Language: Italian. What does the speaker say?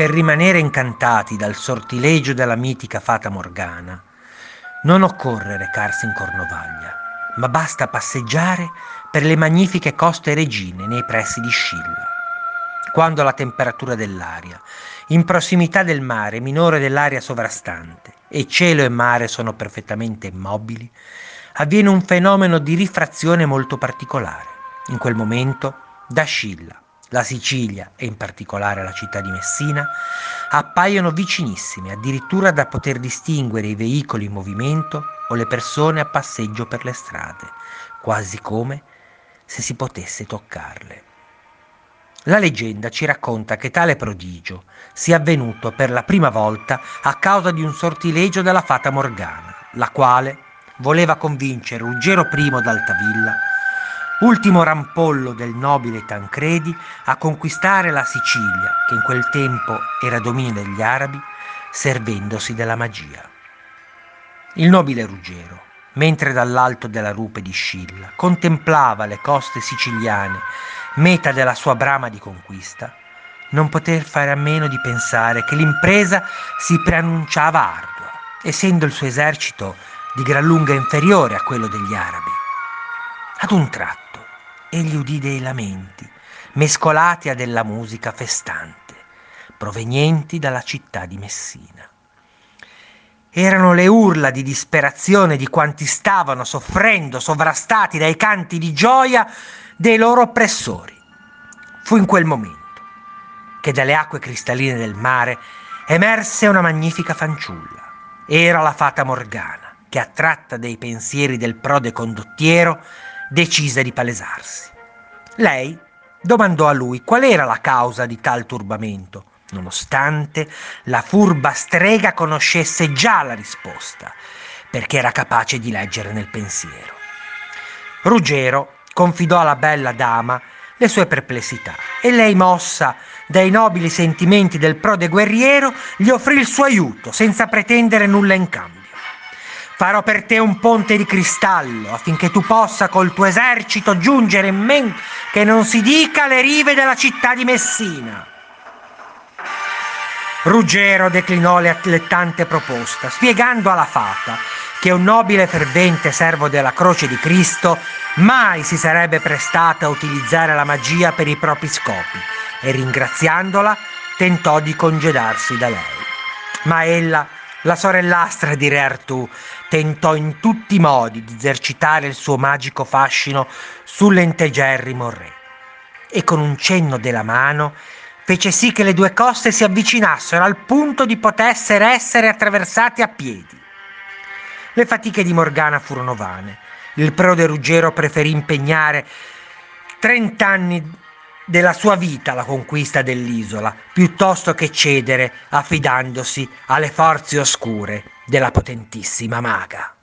per rimanere incantati dal sortilegio della mitica fata Morgana, non occorre recarsi in Cornovaglia, ma basta passeggiare per le magnifiche coste regine nei pressi di Scilla. Quando la temperatura dell'aria in prossimità del mare è minore dell'aria sovrastante e cielo e mare sono perfettamente immobili, avviene un fenomeno di rifrazione molto particolare. In quel momento, da Scilla, la Sicilia e in particolare la città di Messina appaiono vicinissime, addirittura da poter distinguere i veicoli in movimento o le persone a passeggio per le strade, quasi come se si potesse toccarle. La leggenda ci racconta che tale prodigio sia avvenuto per la prima volta a causa di un sortilegio della fata Morgana, la quale voleva convincere Ruggero I d'Altavilla, ultimo rampollo del nobile Tancredi, a conquistare la Sicilia, che in quel tempo era dominio degli arabi, servendosi della magia. Il nobile Ruggero, mentre dall'alto della rupe di Scilla contemplava le coste siciliane, meta della sua brama di conquista, non poté fare a meno di pensare che l'impresa si preannunciava ardua, essendo il suo esercito di gran lunga inferiore a quello degli arabi. Ad un tratto egli udì dei lamenti, mescolati a della musica festante, provenienti dalla città di Messina. Erano le urla di disperazione di quanti stavano soffrendo, sovrastati dai canti di gioia dei loro oppressori. Fu in quel momento che dalle acque cristalline del mare emerse una magnifica fanciulla. Era la fata Morgana, che, attratta dai pensieri del prode condottiero, decise di palesarsi. Lei domandò a lui qual era la causa di tal turbamento, nonostante la furba strega conoscesse già la risposta, perché era capace di leggere nel pensiero. Ruggero confidò alla bella dama le sue perplessità e lei, mossa dai nobili sentimenti del prode guerriero, gli offrì il suo aiuto senza pretendere nulla in cambio. Farò per te un ponte di cristallo affinché tu possa col tuo esercito giungere in men che non si dica alle rive della città di Messina. Ruggero declinò l'allettante proposta, spiegando alla fata che un nobile e fervente servo della croce di Cristo mai si sarebbe prestato a utilizzare la magia per i propri scopi, e ringraziandola tentò di congedarsi da lei. Ma ella, la sorellastra di Re Artù, tentò in tutti i modi di esercitare il suo magico fascino sull'integerrimo re, e con un cenno della mano fece sì che le due coste si avvicinassero al punto di poter essere attraversati a piedi. Le fatiche di Morgana furono vane. Il prode Ruggero preferì impegnare 30 anni della sua vita alla conquista dell'isola, piuttosto che cedere affidandosi alle forze oscure della potentissima maga.